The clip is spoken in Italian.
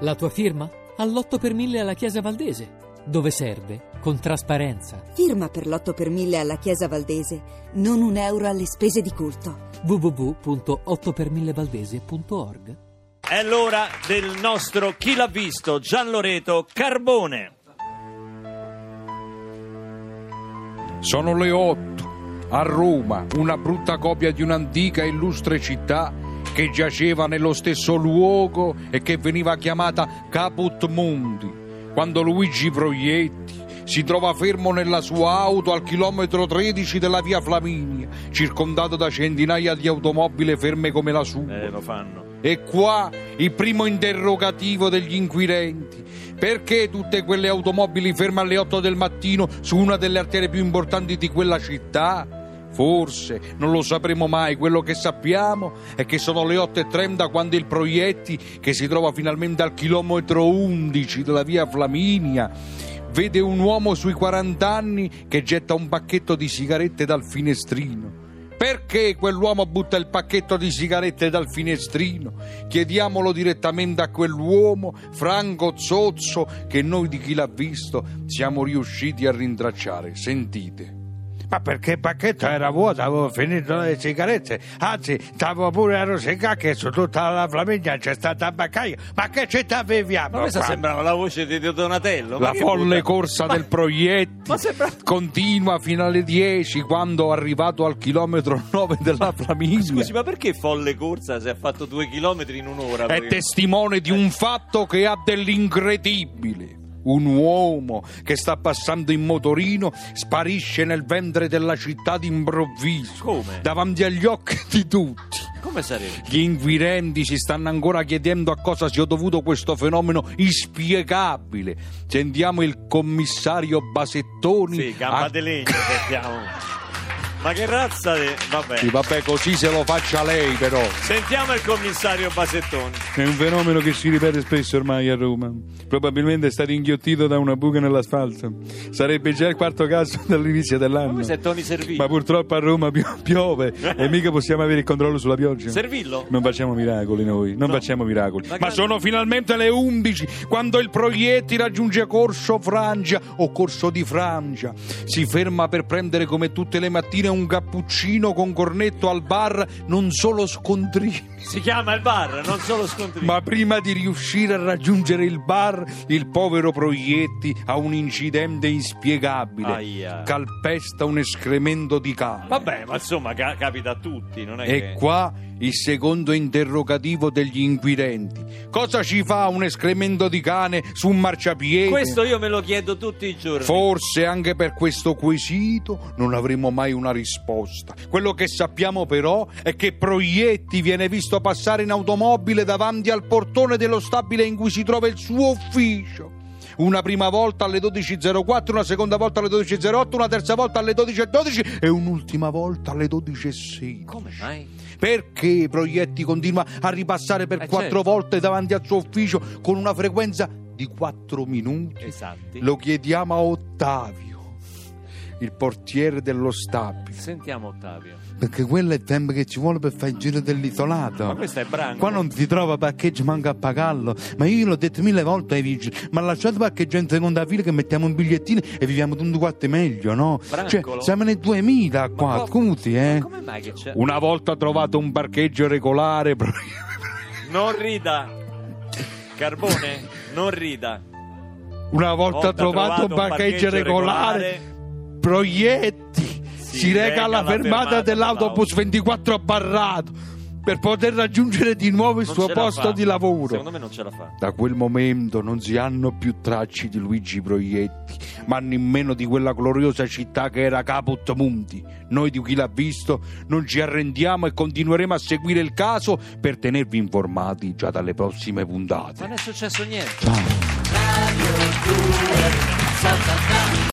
La tua firma? All'8 per 1000 alla Chiesa Valdese, dove serve con trasparenza. Firma per l'8 per 1000 alla Chiesa Valdese, non €1 alle spese di culto. www.8per1000valdese.org. È l'ora del nostro Chi l'ha visto, Gianloreto Carbone. Sono le 8. A Roma, una brutta copia di un'antica e illustre città che giaceva nello stesso luogo e che veniva chiamata Caput Mundi, quando Luigi Proietti si trova fermo nella sua auto al chilometro 13 della via Flaminia, circondato da centinaia di automobili ferme come la sua. Lo fanno. E qua il primo interrogativo degli inquirenti: perché tutte quelle automobili ferme alle 8 del mattino su una delle arterie più importanti di quella città? Forse non lo sapremo mai. Quello che sappiamo è che sono le 8:30 quando il Proietti, che si trova finalmente al chilometro 11 della via Flaminia, vede un uomo sui 40 anni che getta un pacchetto di sigarette dal finestrino. Perché quell'uomo butta il pacchetto di sigarette dal finestrino? Chiediamolo direttamente a quell'uomo, Franco Zozzo, che noi di Chi l'ha visto siamo riusciti a rintracciare. Sentite. Ma perché il pacchetto era vuoto, avevo finito le sigarette, anzi stavo pure a rosicare che su tutta la Flaminia c'è stata baccaia. Ma che città viviamo? Ma questa sembrava la voce di Donatello. La folle corsa del Proietti continua fino alle 10, quando arrivato al chilometro 9 della Flaminia. Scusi, ma perché folle corsa se ha fatto 2 chilometri in un'ora? È testimone di un fatto che ha dell'incredibile. Un uomo che sta passando in motorino sparisce nel ventre della città d'improvviso. Come? Davanti agli occhi di tutti. Come sarebbe? Gli inquirenti si stanno ancora chiedendo a cosa sia dovuto questo fenomeno inspiegabile. Sentiamo il commissario Basettoni. Sì, gamba di legno, sentiamo. Ma che razza di... Vabbè. Sì, vabbè, così se lo faccia lei, però. Sentiamo il commissario Basettoni. È un fenomeno che si ripete spesso ormai a Roma. Probabilmente è stato inghiottito da una buca nell'asfalto. Sarebbe già il quarto caso dall'inizio dell'anno. Ma questo è Tony Servillo. Ma purtroppo a Roma piove e mica possiamo avere il controllo sulla pioggia. Servillo? Non facciamo miracoli noi, non facciamo miracoli. Ma sono finalmente le 11 quando il Proietti raggiunge Corso Francia o Corso di Francia. Si ferma per prendere come tutte le mattine un cappuccino con cornetto al bar, non solo scontrini. Si chiama il bar, non solo scontrini. Ma prima di riuscire a raggiungere il bar, il povero Proietti ha un incidente inspiegabile. Aia. Calpesta un escremento di cane. Vabbè, ma insomma capita a tutti, non è E che... qua il secondo interrogativo degli inquirenti: cosa ci fa un escremento di cane su un marciapiede? Questo io me lo chiedo tutti i giorni. Forse anche per questo quesito non avremo mai una risposta. Quello che sappiamo però è che Proietti viene visto passare in automobile davanti al portone dello stabile in cui si trova il suo ufficio. Una prima volta alle 12.04, una seconda volta alle 12.08, una terza volta alle 12.12 e un'ultima volta alle 12.16. Come mai? Perché Proietti continua a ripassare per 4 volte davanti al suo ufficio con una frequenza di 4 minuti? Esatti. Lo chiediamo a Ottavio, il portiere dello stabile. Sentiamo Ottavio. Perché quello è il tempo che ci vuole per fare il giro dell'isolato. Ma questo è branco. Qua non si trova parcheggio manca a pagarlo. Ma io l'ho detto 1000 volte ai vigili: ma lasciate parcheggio in seconda fila che mettiamo un bigliettino e viviamo tutti quanti meglio, no? Brancolo. Cioè siamo nel 2000 qua, Ma scusi, Ma come mai che c'è? Una volta trovato un parcheggio regolare, Non rida. Carbone, non rida. una volta trovato un parcheggio regolare, Proietti si reca alla fermata dell'autobus 24 barrato per poter raggiungere di nuovo il Non suo ce la posto fa. di lavoro. Secondo me non ce la fa. Da quel momento non si hanno più tracce di Luigi Proietti, ma nemmeno di quella gloriosa città che era Caput Mundi. Noi di Chi l'ha visto non ci arrendiamo e continueremo a seguire il caso per tenervi informati già dalle prossime puntate. Ma non è successo niente. Ciao.